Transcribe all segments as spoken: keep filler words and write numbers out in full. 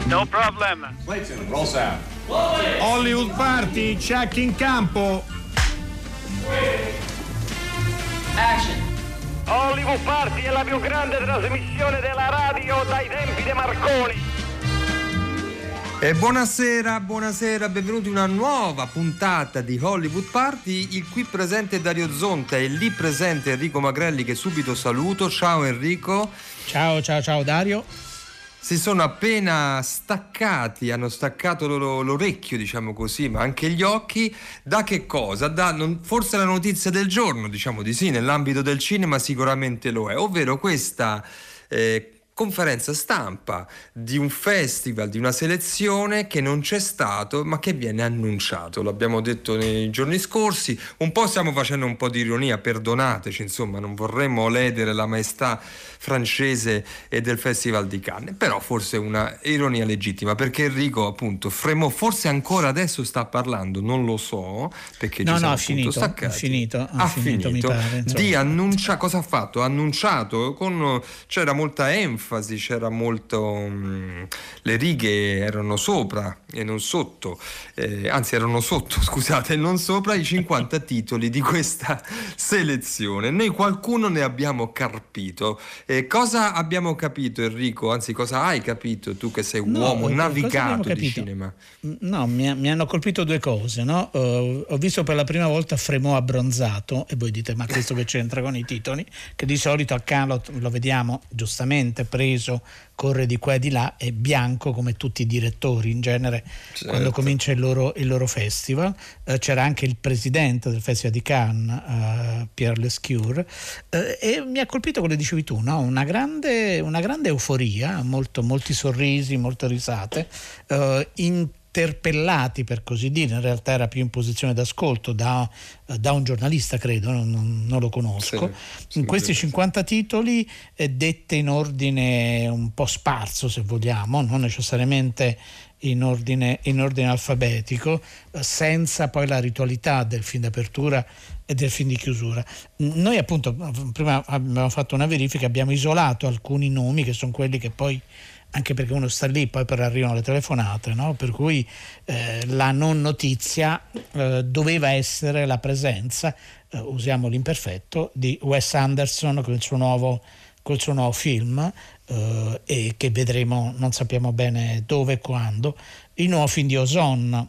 No problem. Clayton, roll sound. Hollywood Party, check in campo. Action. Hollywood Party è la più grande trasmissione della radio dai tempi di Marconi. E buonasera, buonasera, benvenuti in una nuova puntata di Hollywood Party. Il qui presente è Dario Zonta e lì presente Enrico Magrelli, che subito saluto. Ciao Enrico. Ciao, ciao, ciao Dario. Si sono appena staccati, hanno staccato loro l'orecchio, diciamo così, ma anche gli occhi. Da che cosa? Da non, forse la notizia del giorno, diciamo di sì, nell'ambito del cinema sicuramente lo è, ovvero questa eh, conferenza stampa di un festival, di una selezione che non c'è stato ma che viene annunciato. L'abbiamo detto nei giorni scorsi, un po' stiamo facendo un po' di ironia, perdonateci, insomma non vorremmo ledere la maestà francese e del Festival di Cannes, però forse una ironia legittima, perché Enrico appunto fremò, forse ancora adesso sta parlando, non lo so, perché no, ci siamo no, appunto finito, staccati. Ha finito, ha, ha finito, finito, mi pare, di annunciare. Cosa ha fatto? Ha annunciato con, c'era molta enfasi, c'era molto mh, le righe erano sopra e non sotto, eh, anzi erano sotto, scusate, e non sopra, i cinquanta titoli di questa selezione. Noi qualcuno ne abbiamo carpito. Eh, cosa abbiamo capito, Enrico? Anzi, cosa hai capito tu che sei un no, uomo navigato di capito? cinema? No, mi, mi hanno colpito due cose, no? Uh, ho visto per la prima volta Fremont abbronzato e voi dite ma questo che c'entra con i titoli? Che di solito a Cannes lo, lo vediamo giustamente preso, corre di qua e di là, è bianco come tutti i direttori in genere, certo, quando comincia il loro, il loro festival. Uh, c'era anche il presidente del Festival di Cannes, uh, Pierre Lescure, uh, e mi ha colpito quello che dicevi tu, no? Una grande, una grande euforia, molto, molti sorrisi, molte risate, uh, interpellati per così dire, in realtà era più in posizione d'ascolto da, da un giornalista, credo, non, non lo conosco, sì, in questi cinquanta titoli eh, dette in ordine un po' sparso, se vogliamo, non necessariamente in ordine, in ordine alfabetico, eh, senza poi la ritualità del film d'apertura e del film di chiusura. Noi appunto prima abbiamo fatto una verifica, abbiamo isolato alcuni nomi che sono quelli che poi, anche perché uno sta lì, poi per arrivano le telefonate, no? Per cui eh, la non notizia eh, doveva essere la presenza, eh, usiamo l'imperfetto, di Wes Anderson con il suo nuovo, col suo nuovo film, eh, e che vedremo, non sappiamo bene dove e quando. Il nuovo film di Ozon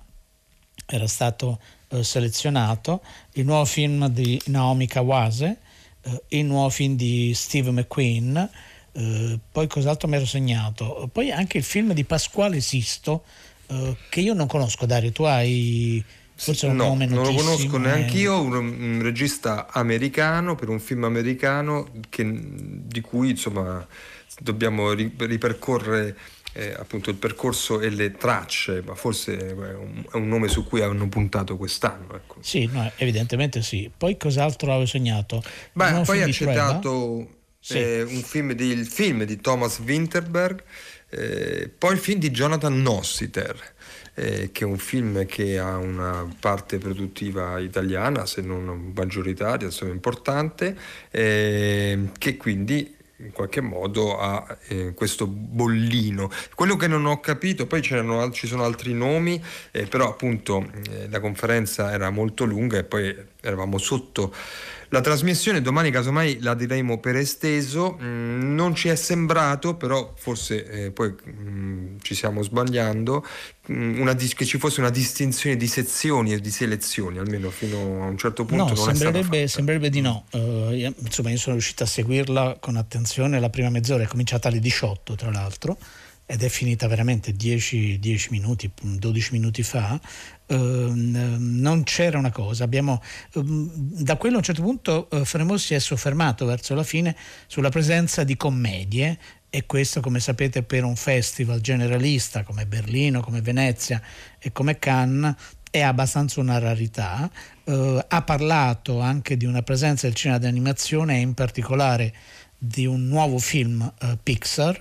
era stato eh, selezionato, il nuovo film di Naomi Kawase, eh, il nuovo film di Steve McQueen. Uh, poi cos'altro mi ero segnato? Poi anche il film di Pasquale Sisto, uh, che io non conosco. Dario, tu hai forse un no, nome non lo conosco eh. neanche io, un, un regista americano per un film americano che, di cui insomma dobbiamo ripercorrere eh, appunto il percorso e le tracce, ma forse è un, è un nome su cui hanno puntato quest'anno, ecco. Sì, no, evidentemente sì. Poi cos'altro avevo segnato? Beh, poi ha citato sì. eh, un film di, il film di Thomas Vinterberg, eh, poi il film di Jonathan Nossiter, eh, che è un film che ha una parte produttiva italiana, se non maggioritaria, insomma importante, eh, che quindi in qualche modo ha eh, questo bollino. Quello che non ho capito, poi c'erano, ci sono altri nomi, eh, però appunto eh, la conferenza era molto lunga e poi eravamo sotto la trasmissione. Domani casomai la diremo per esteso. Mm, non ci è sembrato, però forse eh, poi mm, ci stiamo sbagliando, mm, una dis- che ci fosse una distinzione di sezioni e di selezioni, almeno fino a un certo punto no, non è stata fatta. Sembrerebbe di no. Uh, io, insomma io sono riuscito a seguirla con attenzione. La prima mezz'ora è cominciata alle diciotto tra l'altro ed è finita veramente dieci minuti, dodici minuti fa. Uh, non c'era una cosa, abbiamo uh, da quello a un certo punto uh, Fremont si è soffermato verso la fine sulla presenza di commedie, e questo, come sapete, per un festival generalista come Berlino, come Venezia e come Cannes è abbastanza una rarità. Uh, ha parlato anche di una presenza del cinema d'animazione e in particolare di un nuovo film uh, Pixar,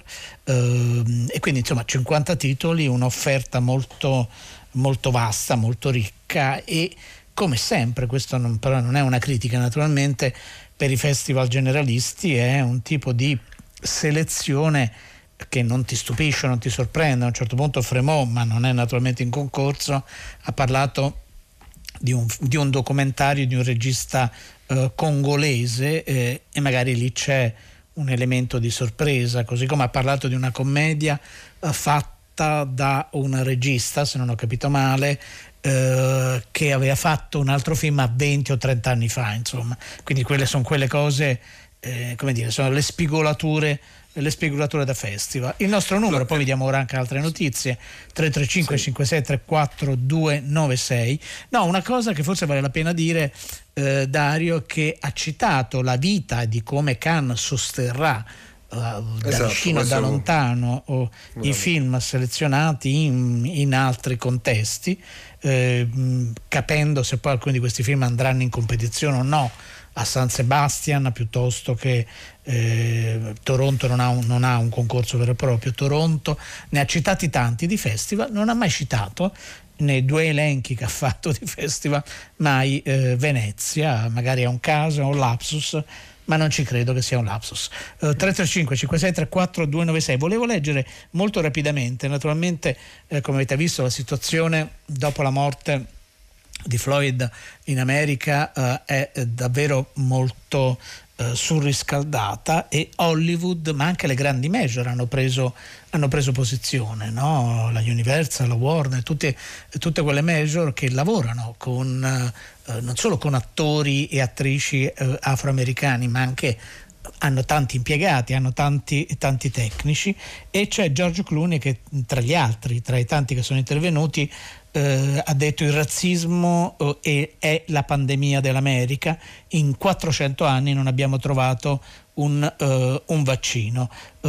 uh, e quindi insomma cinquanta titoli, un'offerta molto molto vasta, molto ricca, e come sempre, questo non, però non è una critica naturalmente, per i festival generalisti è un tipo di selezione che non ti stupisce, non ti sorprende. A un certo punto Frémaux, ma non è naturalmente in concorso, ha parlato di un, di un documentario di un regista eh, congolese eh, e magari lì c'è un elemento di sorpresa, così come ha parlato di una commedia eh, fatta da un regista, se non ho capito male, eh, che aveva fatto un altro film a venti o trenta anni fa, insomma. Quindi quelle sono quelle cose, eh, come dire, sono le spigolature le spigolature da festival. Il nostro numero, poi vediamo ora anche altre notizie, tre tre cinque cinque sei tre quattro due nove sei. No, una cosa che forse vale la pena dire, eh, Dario, che ha citato la vita di come Cannes sosterrà uh, da esatto, vicino da lontano o i film selezionati in, in altri contesti, eh, capendo se poi alcuni di questi film andranno in competizione o no a San Sebastian, piuttosto che eh, Toronto non ha, un, non ha un concorso vero e proprio. Toronto ne ha citati tanti di festival, non ha mai citato nei due elenchi che ha fatto di festival mai eh, Venezia. Magari è un caso, è un lapsus, ma non ci credo che sia un lapsus. uh, tre tre cinque cinque sei tre quattro due nove sei. Volevo leggere molto rapidamente, naturalmente eh, come avete visto la situazione dopo la morte di Floyd in America uh, è davvero molto uh, surriscaldata, e Hollywood, ma anche le grandi major hanno preso, hanno preso posizione, no? La Universal, la Warner, tutte, tutte quelle major che lavorano con uh, non solo con attori e attrici uh, afroamericani, ma anche hanno tanti impiegati, hanno tanti, tanti tecnici, e c'è George Clooney che tra gli altri, tra i tanti che sono intervenuti, eh, ha detto: il razzismo eh, è la pandemia dell'America, in quattrocento anni non abbiamo trovato un, uh, un vaccino.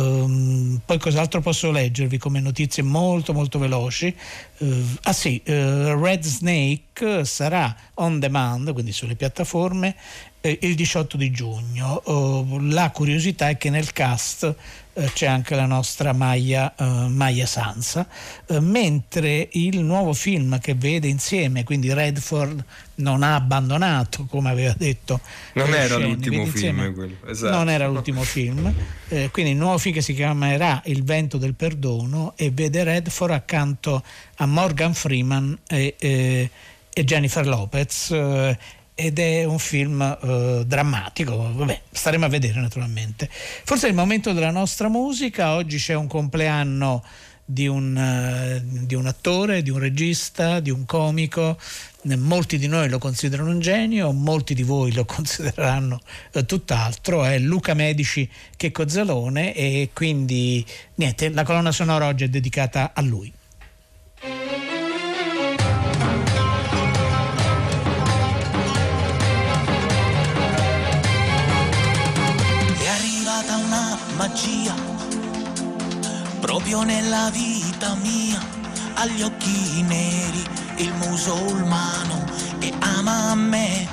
Um, poi cos'altro posso leggervi come notizie molto molto veloci? Uh, ah sì, uh, Red Snake sarà on demand, quindi sulle piattaforme, eh, il diciotto di giugno. Uh, la curiosità è che nel cast uh, c'è anche la nostra Maya, uh, Maya Sansa, uh, mentre il nuovo film che vede insieme, quindi Redford non ha abbandonato, come aveva detto, non era scene, l'ultimo film quello. Esatto. Non era l'ultimo film, eh, quindi il nuovo film che si chiamerà Il vento del perdono e vede Redford accanto a Morgan Freeman e, e, e Jennifer Lopez, eh, ed è un film eh, drammatico. Vabbè, staremo a vedere naturalmente. Forse è il momento della nostra musica. Oggi c'è un compleanno di un, uh, di un attore, di un regista, di un comico. Molti di noi lo considerano un genio, molti di voi lo considereranno uh, tutt'altro. È Luca Medici Checco Zalone, e quindi niente, la colonna sonora oggi è dedicata a lui. È arrivata una magia proprio nella vita mia, agli occhi neri, il musulmano e ama me.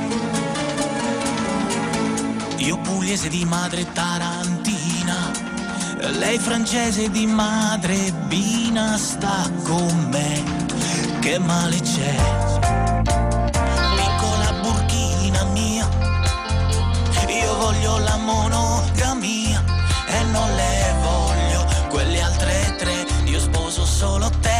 Io pugliese di madre tarantina, lei francese di madre bina, sta con me, che male c'è? Piccola burkina mia, io voglio la monogamia e non le voglio quelle altre tre, io sposo solo te.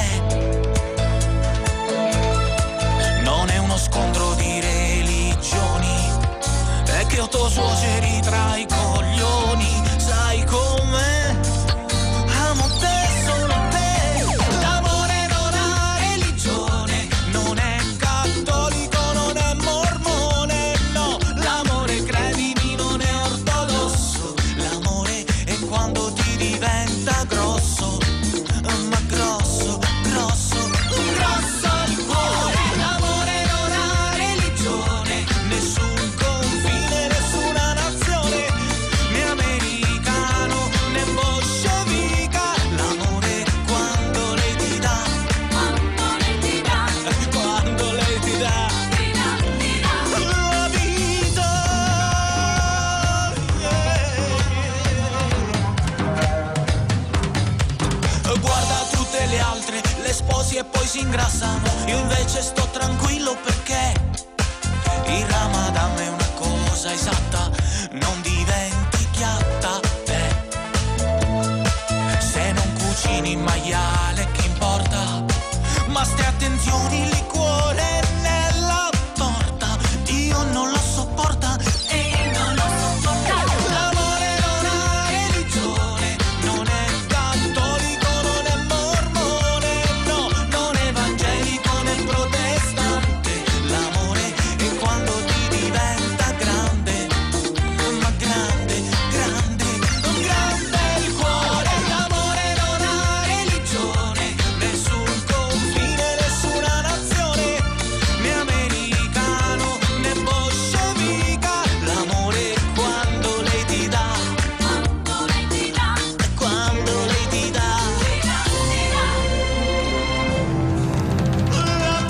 Non è uno scontro di religioni, è che ho tuo suoceri tra i coglioni, sai com'è? Amo te, solo te. L'amore non ha religione, non è cattolico, non è mormone, no. L'amore, credimi, non è ortodosso. L'amore è quando ti diventa grosso, ma grosso, grosso, grosso il cuore. L'amore non ha religione, nessun confine, nessuna nazione, né americano né bolscevica. L'amore quando lei ti dà, quando lei ti dà, quando lei ti dà, ti dà, ti dà la vita, yeah. Guarda tutte le altre, le sposi e poi si ingrassano, io invece sto tranquillo perché il Ramadan è una cosa esatta, non diventi chiatta te. il maiale che importa, ma ste attenzioni, il liquore nella torta, Dio non lo sopporta e non lo sopporta. L'amore non ha religione, non è cattolico, non è mormone, no, non è evangelico né protestante. L'amore è quando ti diventa grande, ma grande, grande, grande il cuore. L'amore non ha religione, nessun confine, nessuna nazione, né americano né bolscevica. L'amore è quando lei ti dà, quando lei ti dà, quando lei ti dà la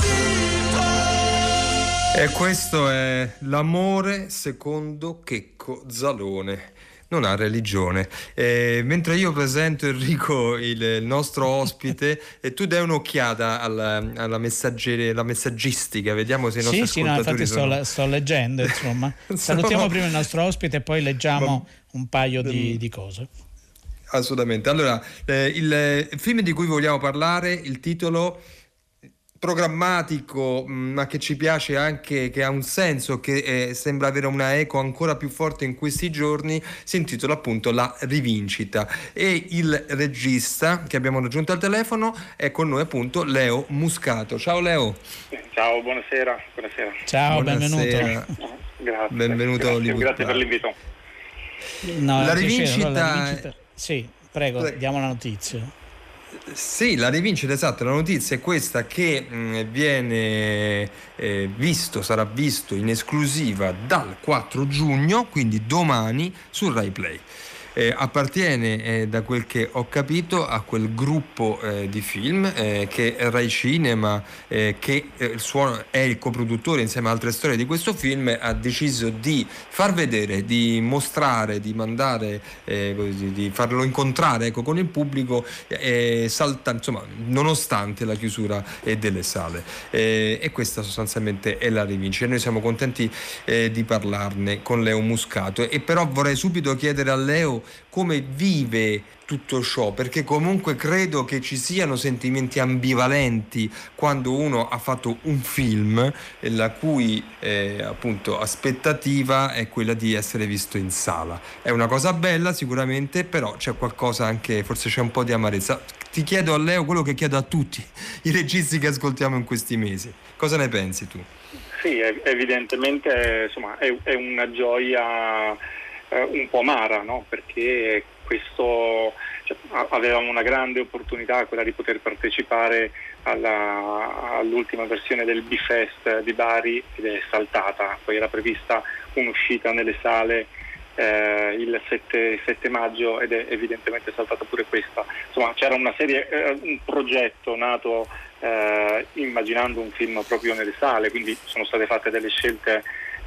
vita. E questo è l'amore secondo Checco Zalone. Non ha religione. Eh, mentre io presento Enrico, il, il nostro ospite, e tu dai un'occhiata alla, alla messaggeria, la messaggistica, vediamo se i nostri Sì, sì, no, ascoltatori infatti sono... sto, sto leggendo, insomma. Salutiamo prima il nostro ospite e poi leggiamo un paio di, di cose. Assolutamente. Allora, eh, il film di cui vogliamo parlare, il titolo programmatico, ma che ci piace anche, che ha un senso, che eh, sembra avere una eco ancora più forte in questi giorni, si intitola appunto La Rivincita, e il regista che abbiamo raggiunto al telefono è con noi appunto Leo Muscato. Ciao Leo. Ciao, buonasera. Buonasera. Ciao, Buonasera. benvenuto. Grazie. Benvenuto a Grazie, Hollywood. grazie per l'invito. No, La è un piacere. rivincita- Allora, la rivincita- Sì, prego, Prego. diamo la notizia. Sì, la rivincita, esatto, la notizia è questa che mh, viene eh, visto, sarà visto in esclusiva dal quattro giugno, quindi domani, su Rai Play. Eh, appartiene, eh, da quel che ho capito, a quel gruppo eh, di film eh, che Rai Cinema, eh, che eh, il suo, è il coproduttore insieme a altre storie di questo film, ha deciso di far vedere, di mostrare, di mandare, eh, così, di farlo incontrare, ecco, con il pubblico, eh, salta, insomma, nonostante la chiusura eh, delle sale. Eh, e questa sostanzialmente è la rivincita. Noi siamo contenti eh, di parlarne con Leo Muscato, e però vorrei subito chiedere a Leo come vive tutto ciò, perché comunque credo che ci siano sentimenti ambivalenti quando uno ha fatto un film la cui eh, appunto aspettativa è quella di essere visto in sala. È una cosa bella sicuramente, però c'è qualcosa anche, forse c'è un po' di amarezza. Ti chiedo a Leo quello che chiedo a tutti i registi che ascoltiamo in questi mesi: cosa ne pensi tu? Sì, evidentemente, insomma, è, è una gioia eh, un po' amara, no? Perché questo, cioè, avevamo una grande opportunità, quella di poter partecipare alla, all'ultima versione del B-Fest di Bari, ed è saltata. Poi era prevista un'uscita nelle sale eh, il sette maggio, ed è evidentemente saltata pure questa. Insomma, c'era una serie, eh, un progetto nato eh, immaginando un film proprio nelle sale, quindi sono state fatte delle scelte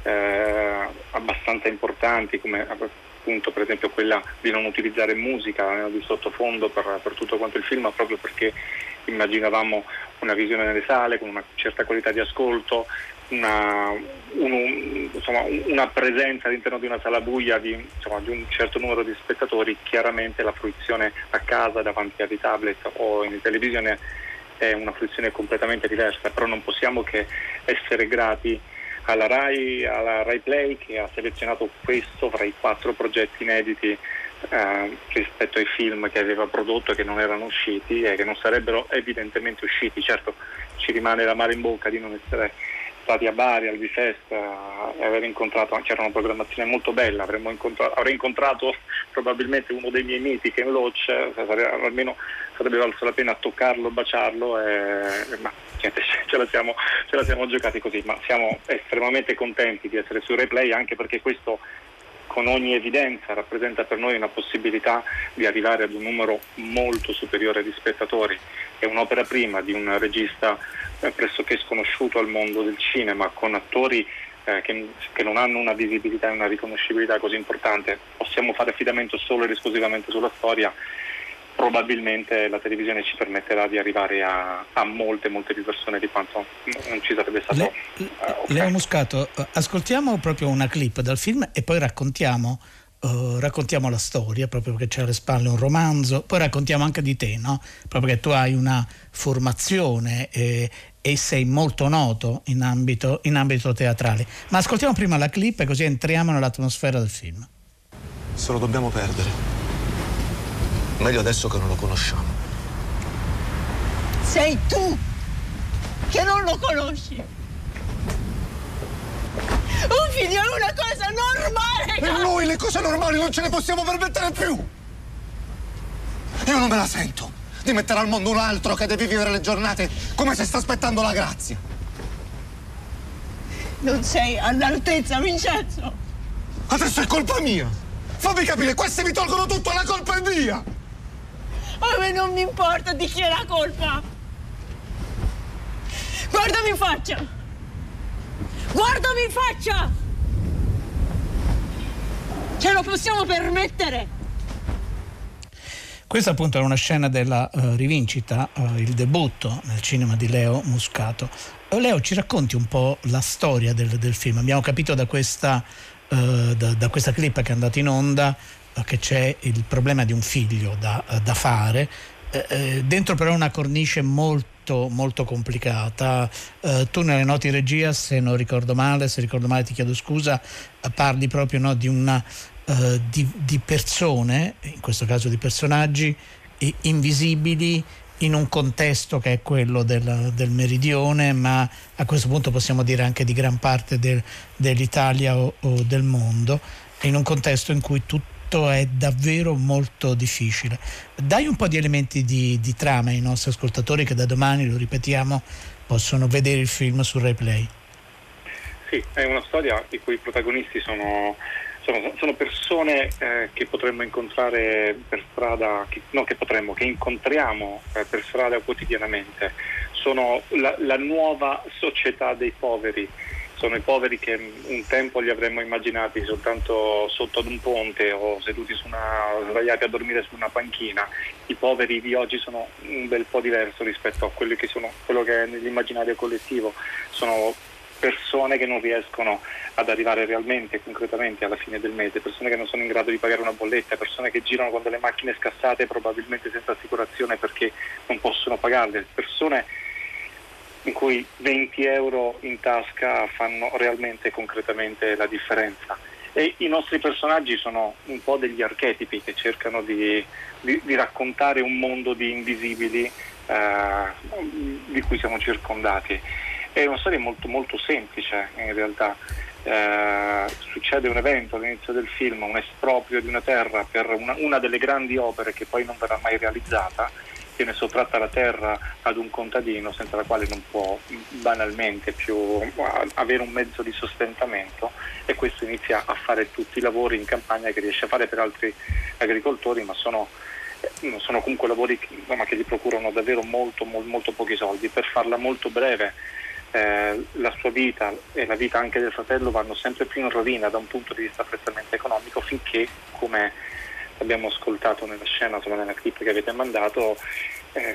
eh, abbastanza importanti, come appunto per esempio quella di non utilizzare musica di sottofondo per, per tutto quanto il film, proprio perché immaginavamo una visione nelle sale con una certa qualità di ascolto, una, un, insomma, una presenza all'interno di una sala buia di, insomma, di un certo numero di spettatori. Chiaramente la fruizione a casa davanti ai tablet o in televisione è una fruizione completamente diversa, però non possiamo che essere grati alla Rai, alla Rai Play, che ha selezionato questo fra i quattro progetti inediti eh, rispetto ai film che aveva prodotto e che non erano usciti e che non sarebbero evidentemente usciti. Certo, ci rimane l'amaro in bocca di non essere stati a Bari al B-Fest e aver incontrato, c'era una programmazione molto bella, avremmo incontrato, avrei incontrato probabilmente uno dei miei miti, Ken Loach, sarebbe, almeno sarebbe valso la pena toccarlo, baciarlo, e, ma niente, ce la siamo, ce la siamo giocati così. Ma siamo estremamente contenti di essere su Rai Play, anche perché questo con ogni evidenza rappresenta per noi una possibilità di arrivare ad un numero molto superiore di spettatori. È un'opera prima di un regista eh, pressoché sconosciuto al mondo del cinema, con attori eh, che, che non hanno una visibilità e una riconoscibilità così importante. Possiamo fare affidamento solo ed esclusivamente sulla storia. Probabilmente la televisione ci permetterà di arrivare a, a molte, molte più persone di quanto non ci sarebbe stato. Le, uh, Leo Muscato, ascoltiamo proprio una clip dal film e poi raccontiamo uh, raccontiamo la storia, proprio perché c'è alle spalle un romanzo, poi raccontiamo anche di te, no? Proprio perché tu hai una formazione eh, e sei molto noto in ambito, in ambito teatrale. Ma ascoltiamo prima la clip e così entriamo nell'atmosfera del film. Se lo dobbiamo perdere, meglio adesso che non lo conosciamo. Sei tu che non lo conosci. Un figlio è una cosa normale. Per noi le cose normali non ce ne possiamo permettere più. Io non me la sento di mettere al mondo un altro che deve vivere le giornate come se sta aspettando la grazia. Non sei all'altezza, Vincenzo. Adesso è colpa mia. Fammi capire, questi mi tolgono tutto, la colpa è mia. A me non mi importa di chi è la colpa. Guardami in faccia. Guardami in faccia. Ce lo possiamo permettere. Questa appunto è una scena della uh, rivincita, uh, il debutto nel cinema di Leo Muscato. Uh, Leo, ci racconti un po' la storia del, del film? Abbiamo capito da questa, uh, da, da questa clip che è andata in onda uh, che c'è il problema di un figlio da, uh, da fare. Uh, dentro però una cornice molto, molto complicata. Uh, tu nelle note di regia, se non ricordo male, se ricordo male ti chiedo scusa, uh, parli proprio, no, di una... Uh, di, di persone, in questo caso di personaggi eh, invisibili in un contesto che è quello del, del meridione, ma a questo punto possiamo dire anche di gran parte del, dell'Italia o, o del mondo, in un contesto in cui tutto è davvero molto difficile. Dai un po' di elementi di, di trama ai nostri ascoltatori che da domani, lo ripetiamo, possono vedere il film su Rai Play. Sì, è una storia i cui protagonisti sono Sono, sono persone eh, che potremmo incontrare per strada, che, no che potremmo, che incontriamo eh, per strada quotidianamente. Sono la, la nuova società dei poveri, sono i poveri che un tempo li avremmo immaginati soltanto sotto ad un ponte o seduti su una, sdraiati a dormire su una panchina. I poveri di oggi sono un bel po' diverso rispetto a quelli che sono, quello che è nell'immaginario collettivo. Sono persone che non riescono ad arrivare realmente, concretamente alla fine del mese, persone che non sono in grado di pagare una bolletta, persone che girano con delle macchine scassate probabilmente senza assicurazione perché non possono pagarle, persone in cui venti euro in tasca fanno realmente concretamente la differenza. E i nostri personaggi sono un po' degli archetipi che cercano di, di, di raccontare un mondo di invisibili eh, di cui siamo circondati. È una storia molto molto semplice in realtà. Eh, succede un evento all'inizio del film, un esproprio di una terra per una, una delle grandi opere che poi non verrà mai realizzata. Viene sottratta la terra ad un contadino senza la quale non può banalmente più avere un mezzo di sostentamento, e questo inizia a fare tutti i lavori in campagna che riesce a fare per altri agricoltori, ma sono sono comunque lavori che, insomma, che gli procurano davvero molto, molto, molto pochi soldi. Per farla molto breve, eh, la sua vita e la vita anche del fratello vanno sempre più in rovina da un punto di vista prettamente economico, finché, come abbiamo ascoltato nella scena, insomma, nella clip che avete mandato, eh,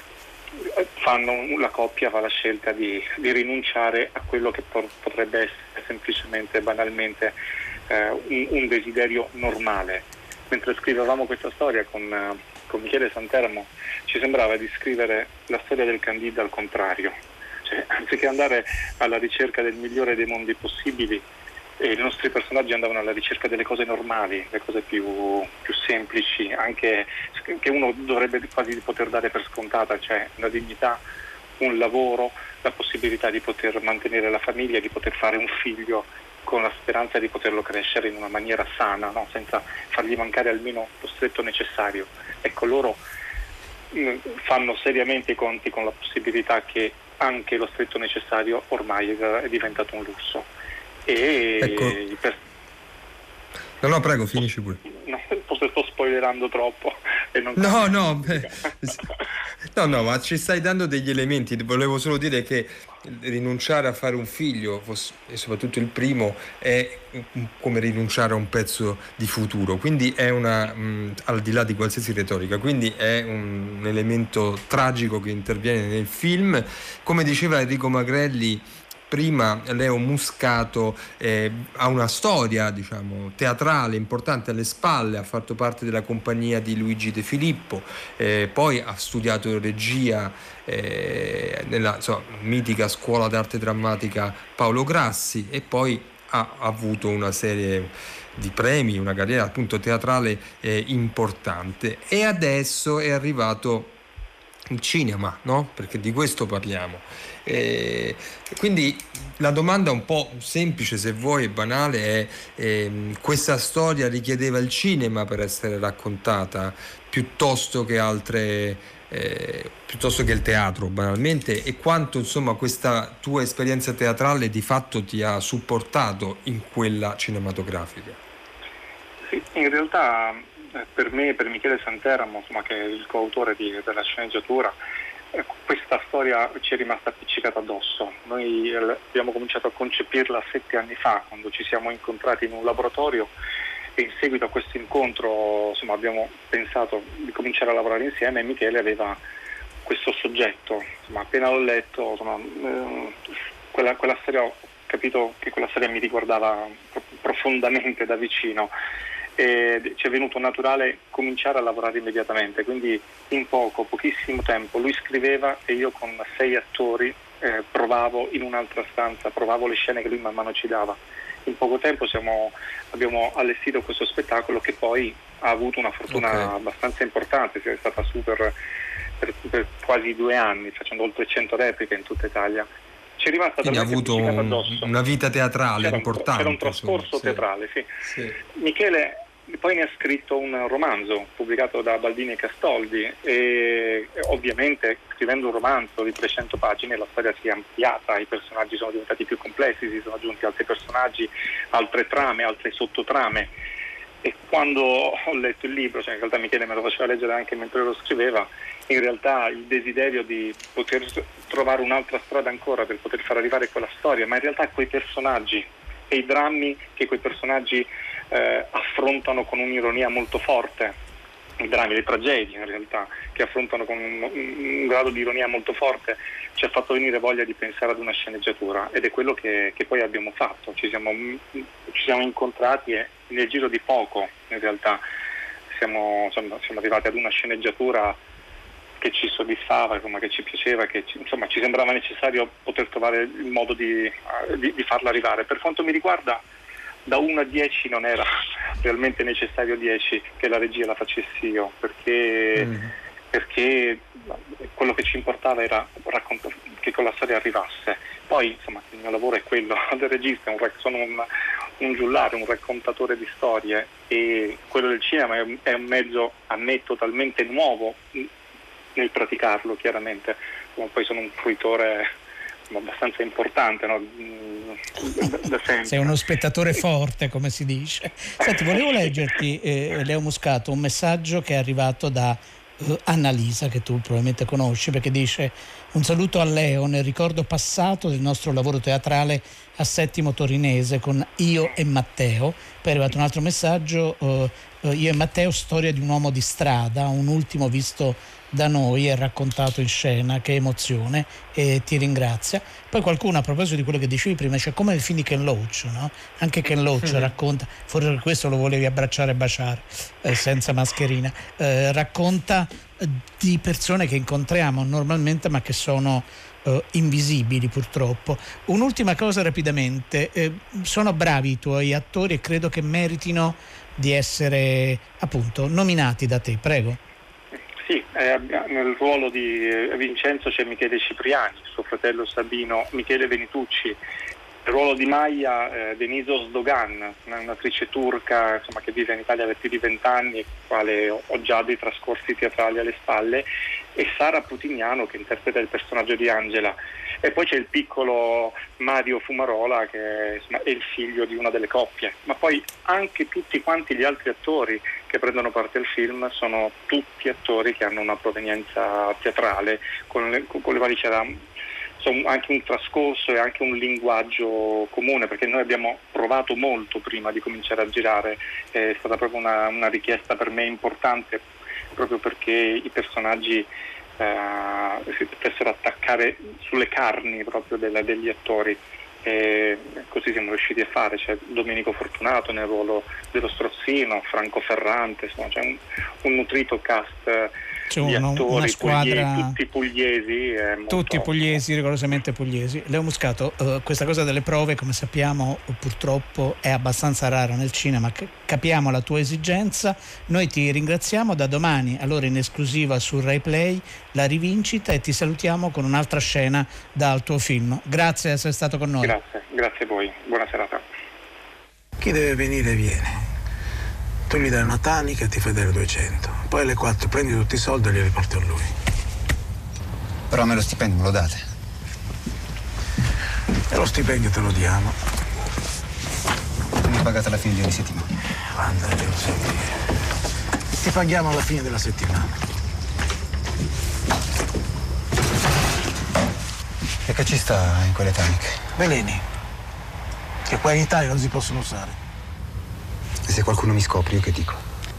fanno, la coppia fa la scelta di, di rinunciare a quello che por- potrebbe essere semplicemente, banalmente, eh, un, un desiderio normale. Mentre scrivevamo questa storia con, con Michele Santeramo, ci sembrava di scrivere la storia del Candide al contrario. Cioè, anziché andare alla ricerca del migliore dei mondi possibili, eh, i nostri personaggi andavano alla ricerca delle cose normali, le cose più, più semplici, anche che uno dovrebbe quasi poter dare per scontata, cioè la dignità, un lavoro, la possibilità di poter mantenere la famiglia, di poter fare un figlio con la speranza di poterlo crescere in una maniera sana, no? Senza fargli mancare almeno lo stretto necessario. Ecco, loro mh, fanno seriamente i conti con la possibilità che anche lo stretto necessario ormai è diventato un lusso. E ecco. per... No, no, prego, finisci pure. No, forse sto spoilerando troppo. E non no, no, beh, no, no, ma ci stai dando degli elementi. Volevo solo dire che rinunciare a fare un figlio, e soprattutto il primo, è come rinunciare a un pezzo di futuro. Quindi è una, mh, al di là di qualsiasi retorica, quindi è un elemento tragico che interviene nel film. Come diceva Enrico Magrelli, prima Leo Muscato eh, ha una storia, diciamo, teatrale importante alle spalle, ha fatto parte della compagnia di Luigi De Filippo, eh, poi ha studiato regia eh, nella insomma, mitica scuola d'arte drammatica Paolo Grassi, e poi ha avuto una serie di premi, una carriera appunto teatrale eh, importante, e adesso è arrivato il cinema, no? Perché di questo parliamo. Eh, quindi la domanda un po' semplice, se vuoi, e banale è eh, questa storia richiedeva il cinema per essere raccontata piuttosto che altre eh, piuttosto che il teatro, banalmente, e quanto insomma questa tua esperienza teatrale di fatto ti ha supportato in quella cinematografica? Sì, in realtà per me, per Michele Santeramo, insomma, che è il coautore di, della sceneggiatura, eh, questa storia ci è rimasta appiccicata addosso. Noi eh, abbiamo cominciato a concepirla sette anni fa, quando ci siamo incontrati in un laboratorio, e in seguito a questo incontro insomma, abbiamo pensato di cominciare a lavorare insieme, e Michele aveva questo soggetto. Insomma, appena l'ho letto, insomma, eh, quella, quella storia, ho capito che quella storia mi riguardava profondamente da vicino, e ci è venuto naturale cominciare a lavorare immediatamente. Quindi in poco, pochissimo tempo, lui scriveva e io con sei attori eh, provavo in un'altra stanza, provavo le scene che lui man mano ci dava. In poco tempo siamo, abbiamo allestito questo spettacolo, che poi ha avuto una fortuna okay. abbastanza importante, è stata su per, per, per quasi due anni, facendo oltre cento repliche in tutta Italia. Ci è rimasta Quindi ha avuto un, una vita teatrale c'era importante. Un, c'era un trascorso insomma, teatrale, sì. sì. Michele poi ne ha scritto un romanzo pubblicato da Baldini e Castoldi, e ovviamente scrivendo un romanzo di trecento pagine la storia si è ampliata, i personaggi sono diventati più complessi, si sono aggiunti altri personaggi, altre trame, altre sottotrame, e quando ho letto il libro, cioè in realtà Michele me lo faceva leggere anche mentre lo scriveva, in realtà il desiderio di poter trovare un'altra strada ancora per poter far arrivare quella storia, ma in realtà quei personaggi e i drammi che quei personaggi eh, affrontano con un'ironia molto forte, i drammi, le tragedie in realtà, che affrontano con un, un grado di ironia molto forte, ci ha fatto venire voglia di pensare ad una sceneggiatura, ed è quello che, che poi abbiamo fatto. Ci siamo, ci siamo incontrati e nel giro di poco in realtà siamo, siamo, siamo arrivati ad una sceneggiatura che ci soddisfava, insomma, che ci piaceva, che ci, insomma, ci sembrava necessario poter trovare il modo di, di, di farla arrivare. Per quanto mi riguarda, da uno a dieci non era realmente necessario dieci che la regia la facessi io, perché, mm. perché quello che ci importava era raccontare, che con la storia arrivasse. Poi insomma il mio lavoro è quello del regista, un, sono un, un giullare, un raccontatore di storie, e quello del cinema è un, è un mezzo a me totalmente nuovo nel praticarlo, chiaramente. Poi sono un fruitore abbastanza importante, no? da, da sempre. Sei uno spettatore forte, come si dice. Senti, volevo leggerti, eh, Leo Muscato, un messaggio che è arrivato da eh, Annalisa, che tu probabilmente conosci, perché dice: un saluto a Leo nel ricordo passato del nostro lavoro teatrale a Settimo Torinese con Io e Matteo. Poi è arrivato un altro messaggio: eh, Io e Matteo, storia di un uomo di strada, un ultimo visto da noi e raccontato in scena, che emozione, e ti ringrazia. Poi qualcuno, a proposito di quello che dicevi prima, cioè come nel film di Ken Loach, no? Anche Ken Loach mm. racconta, forse per questo lo volevi abbracciare e baciare eh, senza mascherina, eh, racconta di persone che incontriamo normalmente ma che sono eh, invisibili purtroppo. Un'ultima cosa rapidamente, eh, sono bravi i tuoi attori e credo che meritino di essere appunto nominati da te, prego. Sì, eh, nel ruolo di Vincenzo c'è Michele Cipriani, suo fratello Sabino, Michele Venitucci. Nel ruolo di Maya, eh, Denise Sdogan, un'attrice turca insomma, che vive in Italia da più di vent'anni, quale ho già dei trascorsi teatrali alle spalle, e Sara Putignano, che interpreta il personaggio di Angela. E poi c'è il piccolo Mario Fumarola, che insomma, è il figlio di una delle coppie. Ma poi anche tutti quanti gli altri attori che prendono parte al film sono tutti attori che hanno una provenienza teatrale, con le, con le quali c'era insomma, anche un trascorso e anche un linguaggio comune, perché noi abbiamo provato molto prima di cominciare a girare. È stata proprio una, una richiesta per me importante, proprio perché i personaggi Uh, si potessero attaccare sulle carni proprio della, degli attori, e così siamo riusciti a fare. C'è Domenico Fortunato nel ruolo dello Strozzino, Franco Ferrante, insomma c'è un, un nutrito cast c'è di uno, attori una squadra, pugliesi, tutti pugliesi, è molto tutti pugliesi, rigorosamente pugliesi. Leo Muscato, uh, questa cosa delle prove, come sappiamo, purtroppo è abbastanza rara nel cinema. Capiamo la tua esigenza, noi ti ringraziamo. Da domani, allora, in esclusiva su Rai Play, la rivincita, e ti salutiamo con un'altra scena dal tuo film. Grazie di essere stato con noi. Grazie, grazie a voi, buona serata. Chi deve venire viene. Tu gli dai una tanica e ti fai dare duecento. Poi alle quattro prendi tutti i soldi e li riporti a lui. Però a me lo stipendio me lo date. E lo stipendio te lo diamo. Mi pagate alla fine di ogni settimana. Andate, non sai dire. Ti paghiamo alla fine della settimana. E che ci sta in quelle taniche? Veleni. Che qua in Italia non si possono usare. E se qualcuno mi scopre, io che dico?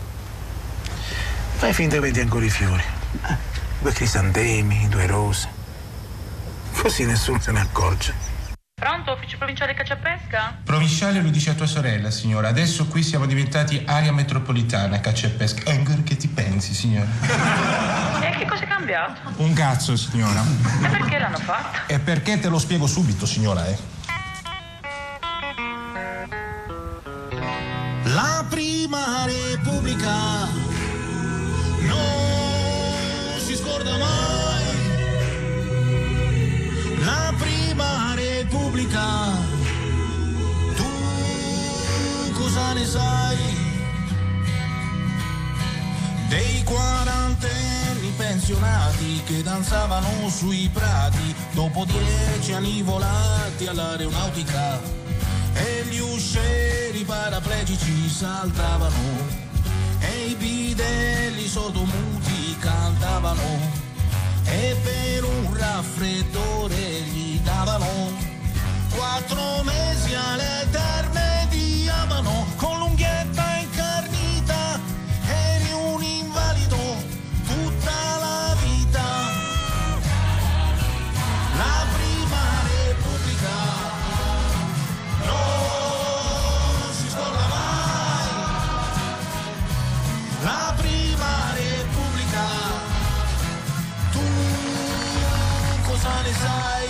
Fai finta che vedi ancora i fiori. Eh, due crisantemi, due rose. Così nessuno se ne accorge. Pronto, ufficio provinciale caccia e pesca? Provinciale lo dice a tua sorella, signora. Adesso qui siamo diventati area metropolitana caccia e pesca. Ancora che ti pensi, signora? E che cosa è cambiato? Un cazzo, signora. E perché l'hanno fatto? E perché te lo spiego subito, signora, eh. La prima Repubblica non si scorda mai. La prima Repubblica, tu cosa ne sai? Dei quarantenni pensionati che danzavano sui prati dopo dieci anni volati all'aeronautica. E gli uscieri paraplegici saltavano e i bidelli sordomuti cantavano e per un raffreddore gli davano quattro mesi alle terme di Abano con l'unghietta incarnita. Eri un invalido tutta la vita. La prima Repubblica non si scorda mai. La prima Repubblica, tu cosa ne sai?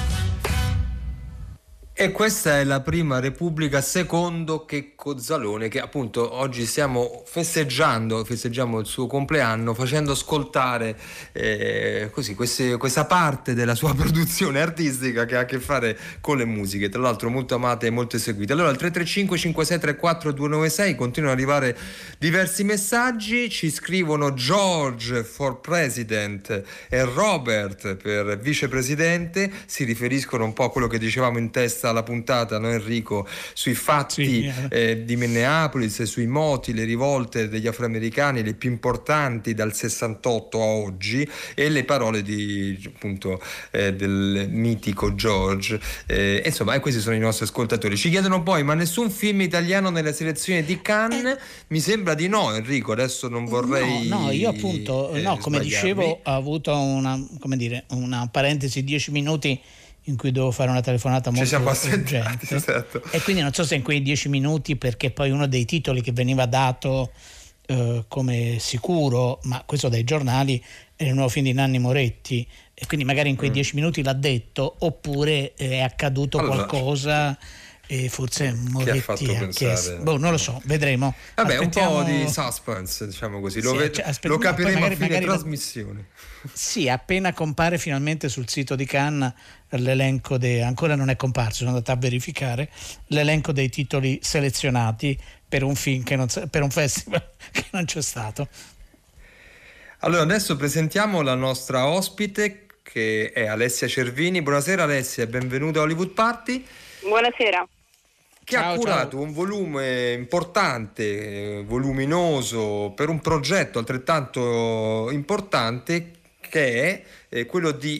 E questa è la prima Repubblica secondo Checco Zalone, che appunto oggi stiamo festeggiando, festeggiamo il suo compleanno facendo ascoltare eh, così queste, questa parte della sua produzione artistica che ha a che fare con le musiche, tra l'altro molto amate e molto eseguite. Allora al tre tre cinque cinque sei tre quattro due nove sei continuano ad arrivare diversi messaggi, ci scrivono George for President e Robert per vicepresidente, si riferiscono un po' a quello che dicevamo in testa alla puntata, no Enrico, sui fatti sì, eh, di Minneapolis, sui moti, le rivolte degli afroamericani, le più importanti dal sessantotto a oggi, e le parole di appunto eh, del mitico George, eh, insomma, e questi sono i nostri ascoltatori. Ci chiedono poi: ma nessun film italiano nella selezione di Cannes? Eh. Mi sembra di no, Enrico, adesso non vorrei no, no io appunto eh, no come dicevo ho avuto una, come dire, una parentesi dieci minuti in cui devo fare una telefonata molto urgente, esatto. E quindi non so se in quei dieci minuti, perché poi uno dei titoli che veniva dato eh, come sicuro, ma questo dai giornali, è il nuovo film di Nanni Moretti, e quindi magari in quei mm. dieci minuti l'ha detto, oppure è accaduto allora. qualcosa e forse Moretti ha, ha chiesto, boh, non lo so, vedremo. Vabbè, aspettiamo... un po' di suspense, diciamo così, lo, sì, ved- cioè, aspett- lo capiremo magari, a fine trasmissione. Sì, appena compare finalmente sul sito di Cannes l'elenco dei, ancora non è comparso, sono andata a verificare l'elenco dei titoli selezionati per un film che non, per un festival che non c'è stato. Allora adesso presentiamo la nostra ospite, che è Alessia Cervini. Buonasera Alessia, benvenuta a Hollywood Party. Buonasera. Che ciao, ha curato ciao. un volume importante, voluminoso, per un progetto altrettanto importante, che è eh, quello di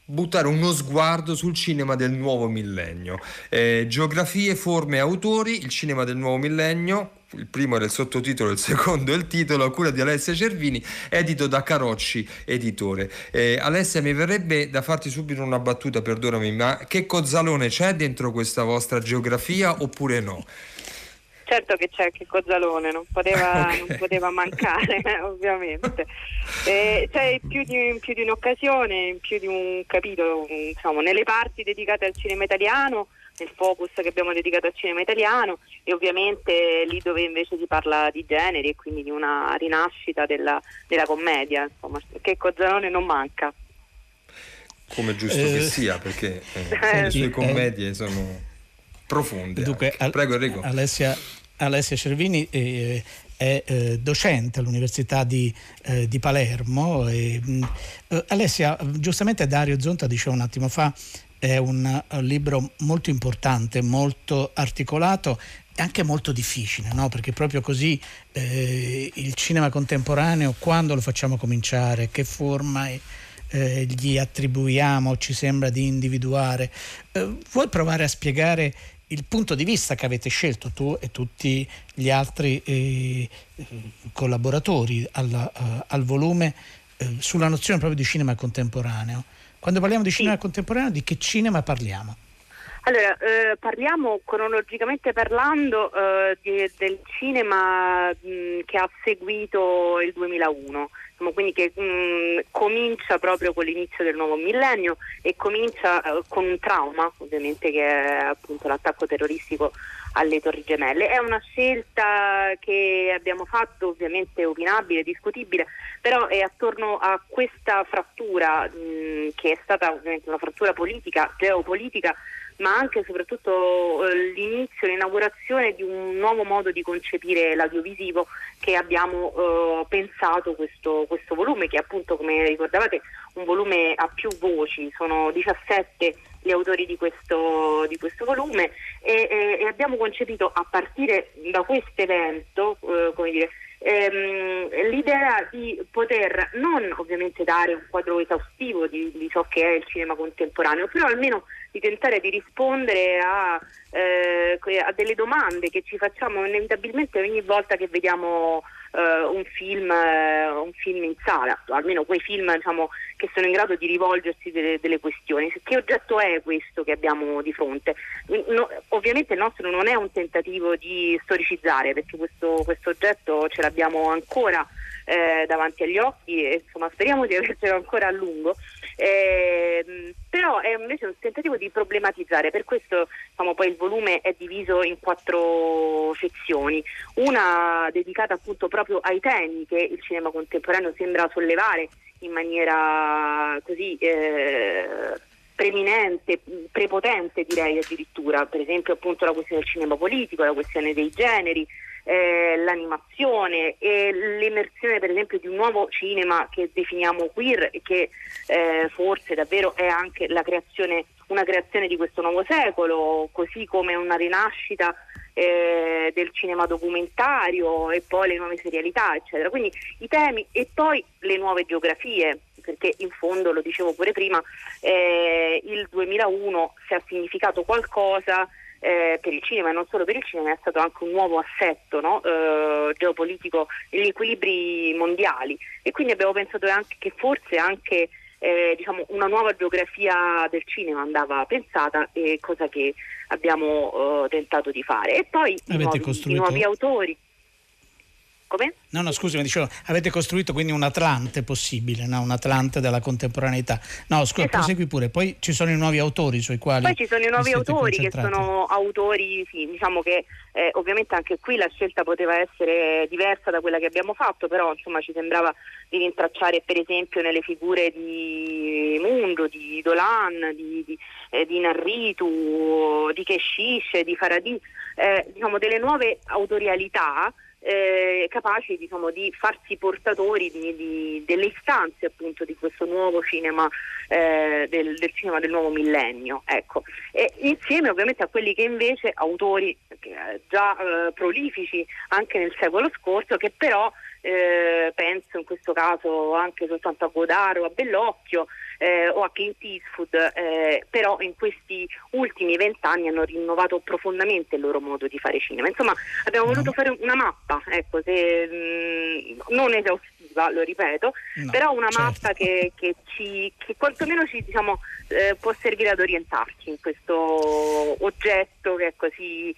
buttare uno sguardo sul cinema del nuovo millennio. Eh, geografie, forme, autori, il cinema del nuovo millennio. Il primo era il sottotitolo, il secondo è il titolo, a cura di Alessia Cervini, edito da Carocci Editore. Eh, Alessia, mi verrebbe da farti subito una battuta, perdonami, ma che Cozzalone c'è dentro questa vostra geografia oppure no? Certo che c'è che Cozzalone, non poteva, okay. non poteva mancare, ovviamente. Eh, c'è in più, di, in più di un'occasione, in più di un capitolo, insomma, nelle parti dedicate al cinema italiano, nel focus che abbiamo dedicato al cinema italiano, e ovviamente lì dove invece si parla di generi e quindi di una rinascita della, della commedia, insomma, che Cozzalone non manca. Come giusto eh, che sia, perché eh, le sue commedie sono profonde. Dunque, al, Prego Enrico. Alessia, Alessia Cervini eh, è eh, docente all'Università di, eh, di Palermo. E, eh, Alessia, giustamente Dario Zonta diceva un attimo fa, è un uh, libro molto importante, molto articolato e anche molto difficile, no? Perché proprio così eh, il cinema contemporaneo, quando lo facciamo cominciare, che forma eh, gli attribuiamo, ci sembra di individuare. Eh, vuoi provare a spiegare il punto di vista che avete scelto tu e tutti gli altri eh, collaboratori al, uh, al volume eh, sulla nozione proprio di cinema contemporaneo? Quando parliamo di cinema sì. contemporaneo, di che cinema parliamo? Allora, eh, parliamo cronologicamente parlando eh, di, del cinema mh, che ha seguito il duemilauno, insomma, quindi che mh, comincia proprio con l'inizio del nuovo millennio e comincia eh, con un trauma, ovviamente, che è appunto l'attacco terroristico alle Torri Gemelle. È una scelta che abbiamo fatto, ovviamente opinabile, discutibile, però è attorno a questa frattura mh, che è stata ovviamente una frattura politica, geopolitica, ma anche e soprattutto eh, l'inizio, l'inaugurazione di un nuovo modo di concepire l'audiovisivo, che abbiamo eh, pensato questo, questo volume, che appunto, come ricordavate, un volume a più voci, sono diciassette gli autori di questo, di questo volume, e, e, e abbiamo concepito a partire da questo evento, eh, come dire, ehm, l'idea di poter non ovviamente dare un quadro esaustivo di, di ciò che è il cinema contemporaneo, però almeno di tentare di rispondere a, eh, a delle domande che ci facciamo inevitabilmente ogni volta che vediamo Uh, un film uh, un film in sala, almeno quei film, diciamo, che sono in grado di rivolgersi delle, delle questioni. Che oggetto è questo che abbiamo di fronte? No, ovviamente il nostro non è un tentativo di storicizzare, perché questo, questo oggetto ce l'abbiamo ancora eh, davanti agli occhi e insomma speriamo di avercelo ancora a lungo, eh, però è invece un tentativo di problematizzare. Per questo, diciamo, poi il volume è diviso in quattro sezioni, una dedicata appunto proprio ai temi che il cinema contemporaneo sembra sollevare in maniera così eh, preminente, prepotente, direi addirittura, per esempio appunto la questione del cinema politico, la questione dei generi, eh, l'animazione e l'emersione per esempio di un nuovo cinema che definiamo queer e che eh, forse davvero è anche la creazione, una creazione di questo nuovo secolo, così come una rinascita eh, del cinema documentario e poi le nuove serialità, eccetera. Quindi i temi e poi le nuove geografie, perché in fondo, lo dicevo pure prima, eh, il duemilauno, se ha significato qualcosa eh, per il cinema e non solo per il cinema, è stato anche un nuovo assetto, no? eh, geopolitico, gli equilibri mondiali, e quindi abbiamo pensato anche che forse anche eh, diciamo una nuova geografia del cinema andava pensata, e cosa che abbiamo eh, tentato di fare. E poi i nuovi, costruito... i nuovi autori. Come? No, no, scusi, mi dicevo, avete costruito quindi un Atlante possibile, no? Un Atlante della contemporaneità. No, scusa, esatto. Prosegui pure. Poi ci sono i nuovi autori sui quali... Poi ci sono i nuovi autori che sono autori, sì, diciamo che eh, ovviamente anche qui la scelta poteva essere diversa da quella che abbiamo fatto, però insomma ci sembrava di rintracciare per esempio nelle figure di Mundo, di Dolan, di, di, eh, di Narritu, di Keshish, di Farhadi, eh, diciamo delle nuove autorialità Eh, capaci, diciamo, di farsi portatori di, di, delle istanze appunto di questo nuovo cinema, eh, del, del cinema del nuovo millennio, ecco, e insieme ovviamente a quelli che invece autori che, già eh, prolifici anche nel secolo scorso, che però eh, penso in questo caso anche soltanto a Godard o a Bellocchio, eh, o a Clint Eastwood, eh, però in questi ultimi vent'anni hanno rinnovato profondamente il loro modo di fare cinema. Insomma, abbiamo voluto fare una mappa, ecco, se, mh, non esaustiva, lo ripeto, no, però una certo. mappa che, che ci che quantomeno ci diciamo eh, può servire ad orientarci in questo oggetto che è così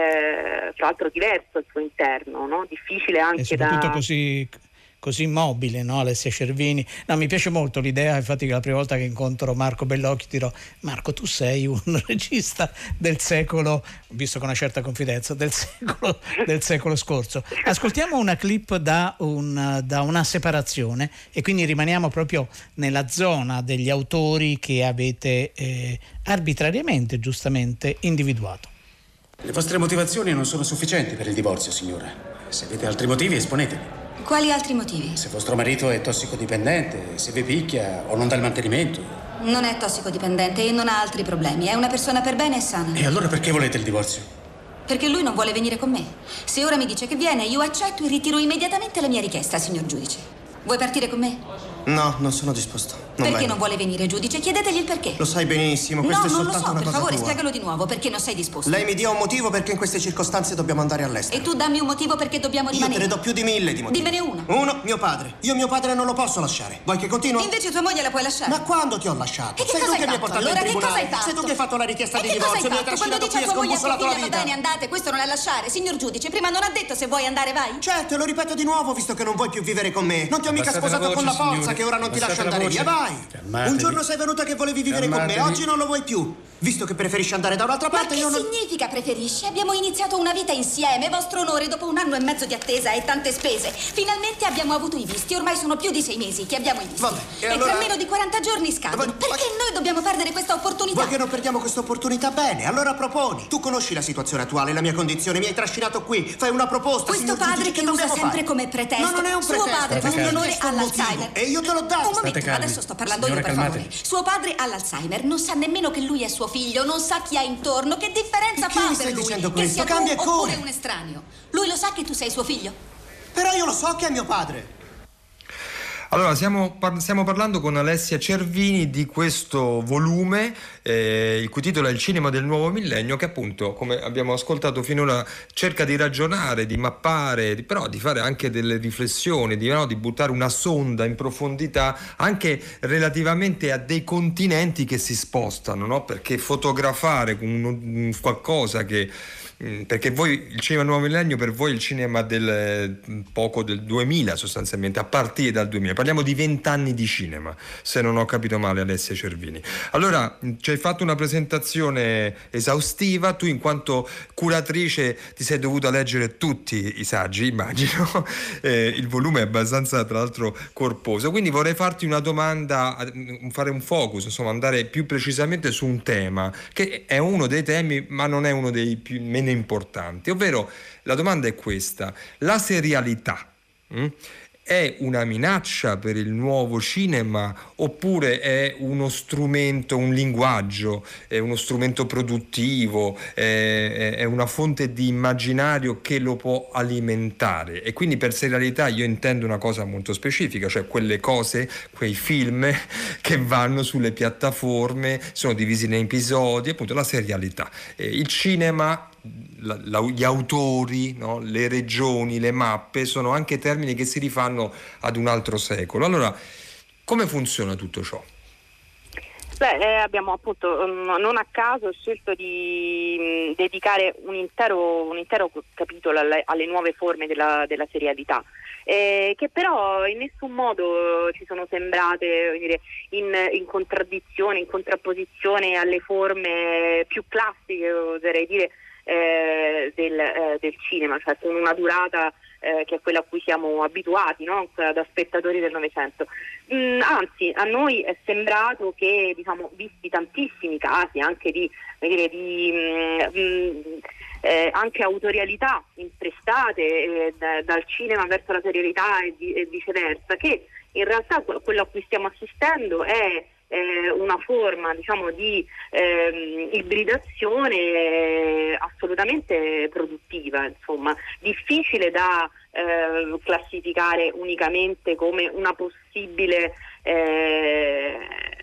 eh, tra l'altro diverso al suo interno, no? Difficile anche e soprattutto da così così mobile, no? Alessia Cervini. No, mi piace molto l'idea, infatti, che la prima volta che incontro Marco Bellocchio dirò: Marco, tu sei un regista del secolo, visto con una certa confidenza, del secolo, del secolo scorso. Ascoltiamo una clip da, un, da una separazione, e quindi rimaniamo proprio nella zona degli autori che avete eh, arbitrariamente, giustamente individuato. Le vostre motivazioni non sono sufficienti per il divorzio, signora. Se avete altri motivi, esponeteli. Quali altri motivi? Se vostro marito è tossicodipendente, se vi picchia o non dà il mantenimento. Non è tossicodipendente e non ha altri problemi. È una persona per bene e sana. E allora perché volete il divorzio? Perché lui non vuole venire con me. Se ora mi dice che viene, io accetto e ritiro immediatamente la mia richiesta, signor giudice. Vuoi partire con me? No, non sono disposto. Non perché vengo. non vuole venire, giudice? Chiedetegli il perché. Lo sai benissimo, questo no, è soltanto non lo so, una per cosa favore, tua. spiegalo di nuovo, perché non sei disposto. Lei mi dia un motivo perché in queste circostanze dobbiamo andare all'estero. E tu dammi un motivo perché dobbiamo rimanere. Io te ne do più di mille di motivi. Dimmene uno. Uno, mio padre. Io mio padre non lo posso lasciare. Vuoi che continui? Invece tua moglie la puoi lasciare. Ma quando ti ho lasciato? E che Sei cosa tu hai che mi hai fatto? portato Allora in che tribunale. cosa hai fatto? Sei tu che hai fatto la richiesta e di che divorzio, cosa mi hai hai fatto? Quando trascinato dice qui a e tua moglie a tua scombussola la figlia vita. va bene, andate, questo non è lasciare. Signor giudice, prima non ha detto se vuoi andare, vai. Certo, e lo ripeto di nuovo, visto che non vuoi più vivere con me. Non ti ho mica Abbassate sposato la voce, con la forza, signore. che ora non ti lascio Abbassate la andare voce. via, vai. Calmatevi. Un giorno sei venuta che volevi vivere Calmatevi. con me, oggi non lo vuoi più. Visto che preferisci andare da un'altra Ma parte, che io non... significa preferisci? Abbiamo iniziato una vita insieme, vostro onore, dopo un anno e mezzo di attesa e tante spese. Finalmente abbiamo avuto i visti, ormai sono più di sei mesi che abbiamo i visti. Vabbè, e e allora... tra meno di quaranta giorni scadono. Ma- Perché noi dobbiamo perdere questa opportunità? Vuoi che non perdiamo questa opportunità? Bene, allora proponi. Tu conosci la situazione attuale, la mia condizione, mi hai trascinato qui, fai una proposta. Questo signor padre giudice, che che usa dobbiamo sempre fare? come pretesto. No, non è un Suo pretesto. padre, State vostro onore, calmi. ha l'Alzheimer. E io te l'ho dato. Un momento, calmi. adesso sto parlando Signora, io, per calmatevi. favore. Suo padre ha l'Alzheimer, non sa nemmeno che lui è suo figlio, non sa chi ha intorno, che differenza Perché fa mi per stai lui? dicendo Che questo? sia tu Cambia e oppure come? un estraneo. Lui lo sa che tu sei suo figlio? Però io lo so che è mio padre. Allora, stiamo, par- stiamo parlando con Alessia Cervini di questo volume, eh, il cui titolo è Il cinema del nuovo millennio, che appunto, come abbiamo ascoltato finora, cerca di ragionare, di mappare, di, però di fare anche delle riflessioni, di, no, di buttare una sonda in profondità anche relativamente a dei continenti che si spostano, no? Perché fotografare un, un qualcosa che... Perché voi il cinema nuovo millennio per voi è il cinema del poco del duemila, sostanzialmente, a partire dal duemila. Parliamo di vent'anni di cinema, se non ho capito male, Alessia Cervini. Allora, ci hai fatto una presentazione esaustiva, tu in quanto curatrice ti sei dovuta leggere tutti i saggi, immagino. Eh, il volume è abbastanza, tra l'altro, corposo, quindi vorrei farti una domanda, fare un focus, insomma, andare più precisamente su un tema che è uno dei temi, ma non è uno dei più meno importanti, ovvero la domanda è questa: la serialità mh, è una minaccia per il nuovo cinema oppure è uno strumento, un linguaggio, è uno strumento produttivo, è, è una fonte di immaginario che lo può alimentare? E quindi per serialità io intendo una cosa molto specifica, cioè quelle cose, quei film che vanno sulle piattaforme, sono divisi in episodi, appunto la serialità. Eh, il cinema, La, la, gli autori, no? Le regioni, le mappe sono anche termini che si rifanno ad un altro secolo. Allora, come funziona tutto ciò? Beh, eh, abbiamo appunto um, non a caso scelto di um, dedicare un intero, un intero capitolo alle, alle nuove forme della, della serialità, eh, che però in nessun modo ci sono sembrate, voglio dire, in, in contraddizione, in contrapposizione alle forme più classiche, oserei dire, Eh, del, eh, del cinema, cioè con una durata eh, che è quella a cui siamo abituati, no? Da spettatori del Novecento. Mm, anzi, a noi è sembrato che, diciamo, visti tantissimi casi anche di, dire, di mm, eh, anche autorialità imprestate eh, da, dal cinema verso la serialità e, di, e viceversa, che in realtà quello a cui stiamo assistendo è Eh, una forma, diciamo, di ehm, ibridazione eh, assolutamente produttiva, insomma, difficile da eh, classificare unicamente come una possibile eh,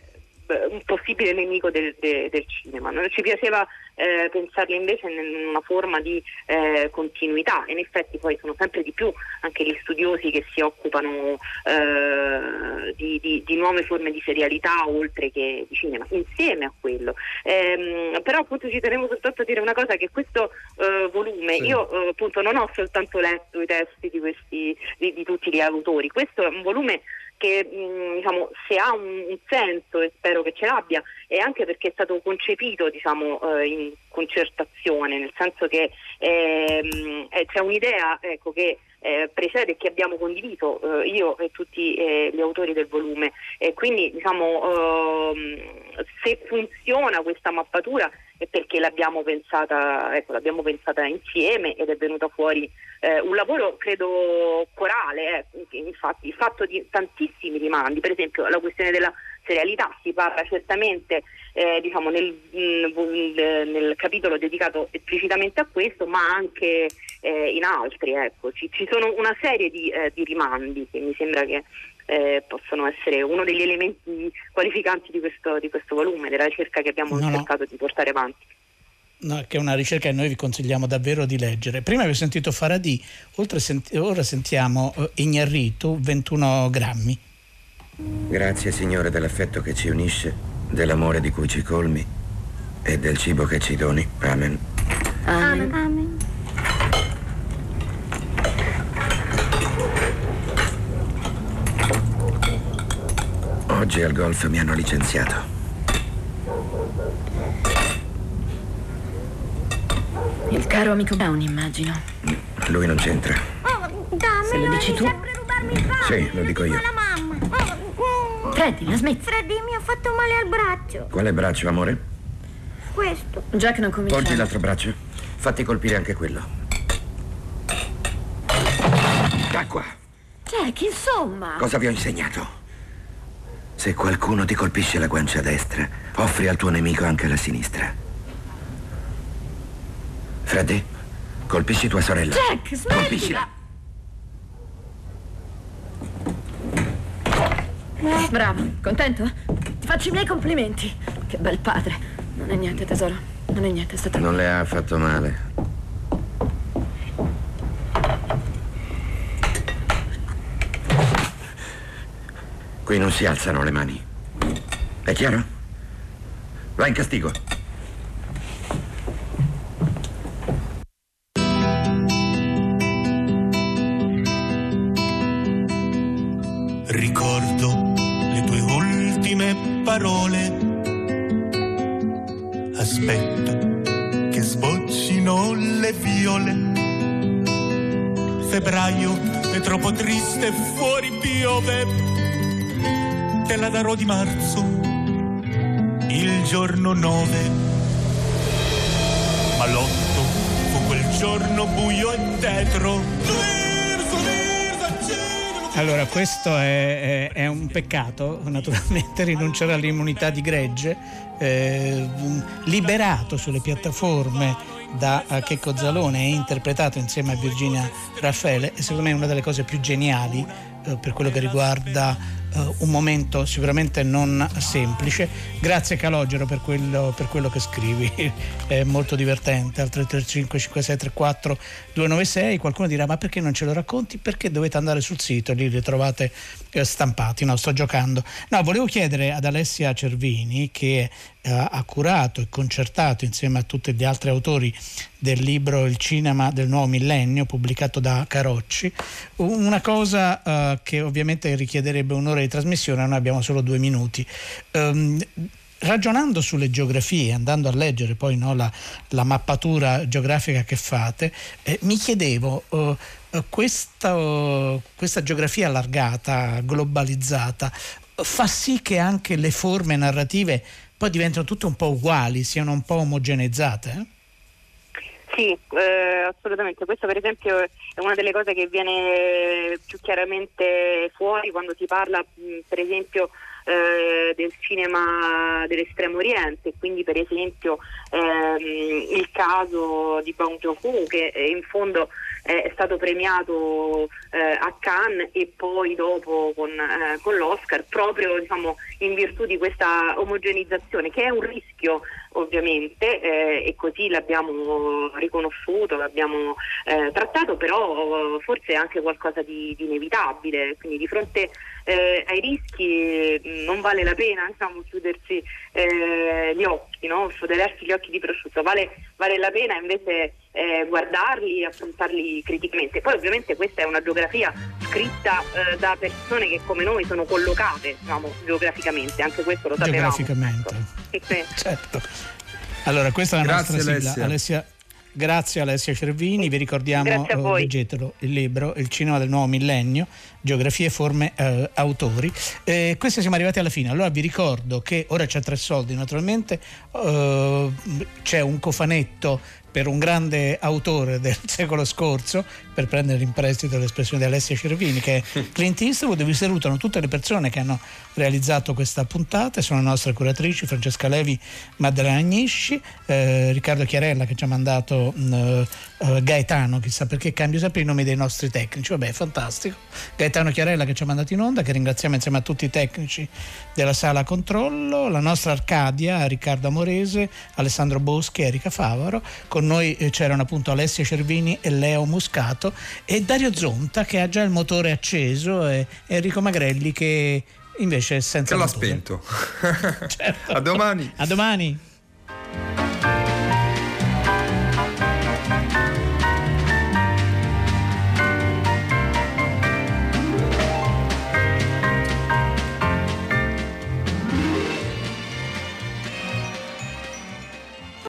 un possibile nemico del, de, del cinema. Non ci piaceva eh, pensarli invece in una forma di eh, continuità, e in effetti poi sono sempre di più anche gli studiosi che si occupano eh, di, di, di nuove forme di serialità oltre che di cinema, insieme a quello. Ehm, però appunto ci tenevo soltanto a dire una cosa, che questo eh, volume, sì. io eh, appunto non ho soltanto letto i testi di questi di, di tutti gli autori, questo è un volume che mh, diciamo, se ha un, un senso, e spero che ce l'abbia, è anche perché è stato concepito diciamo eh, in concertazione, nel senso che ehm, eh, c'è un'idea ecco, che eh, precede e che abbiamo condiviso eh, io e tutti eh, gli autori del volume, e quindi diciamo eh, se funziona questa mappatura è perché l'abbiamo pensata, ecco, l'abbiamo pensata insieme, ed è venuta fuori eh, un lavoro credo corale, eh. Infatti il fatto di tantissimi rimandi, per esempio la questione della serialità si parla certamente eh, diciamo nel, mh, nel capitolo dedicato esplicitamente a questo, ma anche eh, in altri, ecco. ci, ci sono una serie di, eh, di rimandi che mi sembra che Eh, possono essere uno degli elementi qualificanti di questo, di questo volume, della ricerca che abbiamo no, cercato no. di portare avanti. No, che è una ricerca che noi vi consigliamo davvero di leggere. Prima vi ho sentito Faradì, oltre senti- ora sentiamo uh, Iñárritu, ventuno grammi. Grazie Signore dell'affetto che ci unisce, dell'amore di cui ci colmi e del cibo che ci doni. Amen. Amen. Amen. Oggi al golf mi hanno licenziato. Il caro amico Brown, immagino. Lui non c'entra. Oh, dammi, se lo dici tu? Rubarmi il pane. Sì, lo dico io. La mamma. Freddy, la smetti. Freddy, mi ha fatto male al braccio. Quale braccio, amore? Questo. Jack non comincia. Porgi l'altro braccio. Fatti colpire anche quello. D'acqua. Jack, insomma. Cosa vi ho insegnato? Se qualcuno ti colpisce la guancia destra, offri al tuo nemico anche la sinistra. Freddy, colpisci tua sorella. Jack, smettila! Bravo, contento? Ti faccio i miei complimenti. Che bel padre. Non è niente, tesoro. Non è niente, è stato... Non le ha fatto male. Qui non si alzano le mani. È chiaro? Va in castigo. Ricordo le tue ultime parole. Aspetta che sboccino le viole. Febbraio è troppo triste, fuori piove. Te la darò di marzo, il giorno nove. Ma l'otto fu quel giorno buio e tetro. Allora, questo è, è, è un peccato, naturalmente, rinunciare all'immunità di gregge, eh, liberato sulle piattaforme da Checco Zalone e interpretato insieme a Virginia Raffaele, è secondo me una delle cose più geniali eh, per quello che riguarda Uh, un momento sicuramente non semplice. Grazie Calogero per quello, per quello che scrivi, è molto divertente. Al tre tre cinque cinque sei tre quattro due nove sei. Qualcuno dirà: ma perché non ce lo racconti? Perché dovete andare sul sito e lì li trovate eh, stampati. No, sto giocando. No, volevo chiedere ad Alessia Cervini, che eh, ha curato e concertato insieme a tutti gli altri autori del libro Il cinema del nuovo millennio, pubblicato da Carocci, una cosa uh, che ovviamente richiederebbe un'ora di trasmissione. Noi abbiamo solo due minuti. Um, ragionando sulle geografie, andando a leggere poi no, la, la mappatura geografica che fate, eh, mi chiedevo uh, uh, questa, uh, questa geografia allargata, globalizzata, uh, fa sì che anche le forme narrative poi diventano tutte un po' uguali, siano un po' omogeneizzate? Eh? Sì, eh, assolutamente. Questo per esempio è una delle cose che viene più chiaramente fuori quando si parla mh, per esempio eh, del cinema dell'estremo oriente, quindi per esempio ehm, il caso di Bong Joon-ho, che in fondo eh, è stato premiato eh, a Cannes e poi dopo con, eh, con l'Oscar, proprio diciamo in virtù di questa omogenizzazione, che è un rischio ovviamente, eh, e così l'abbiamo riconosciuto, l'abbiamo eh, trattato, però forse è anche qualcosa di, di inevitabile, quindi di fronte eh, ai rischi non vale la pena, diciamo, chiudersi eh, gli occhi, no? Foderarsi gli occhi di prosciutto, vale, vale la pena invece eh, guardarli, affrontarli criticamente. Poi ovviamente questa è una geografia scritta eh, da persone che come noi sono collocate, diciamo, geograficamente, anche questo lo sapevamo. Geograficamente. Sì. Certo. Allora, questa è la Grazie, nostra sigla. Alessia. Alessia, grazie Alessia Cervini, vi ricordiamo, eh, leggetelo il libro Il cinema del nuovo millennio, geografie, forme, eh, autori. Eh, questi siamo arrivati alla fine. Allora vi ricordo che ora c'è Tre Soldi, naturalmente, eh, c'è un cofanetto per un grande autore del secolo scorso, per prendere in prestito l'espressione di Alessia Cervini, che è Clint Eastwood. Vi salutano tutte le persone che hanno realizzato questa puntata, sono le nostre curatrici Francesca Levi, Maddalena Agnisci, eh, Riccardo Chiarella che ci ha mandato eh, eh, Gaetano, chissà perché cambio sempre i nomi dei nostri tecnici, vabbè, fantastico, Gaetano Chiarella che ci ha mandato in onda, che ringraziamo insieme a tutti i tecnici della sala controllo, la nostra Arcadia, Riccardo Amorese, Alessandro Boschi, Erika Favaro. Con noi eh, c'erano appunto Alessia Cervini e Leo Muscato e Dario Zonta che ha già il motore acceso, e Enrico Magrelli che invece è senza che l'ha motore. spento. Certo. A domani. A domani.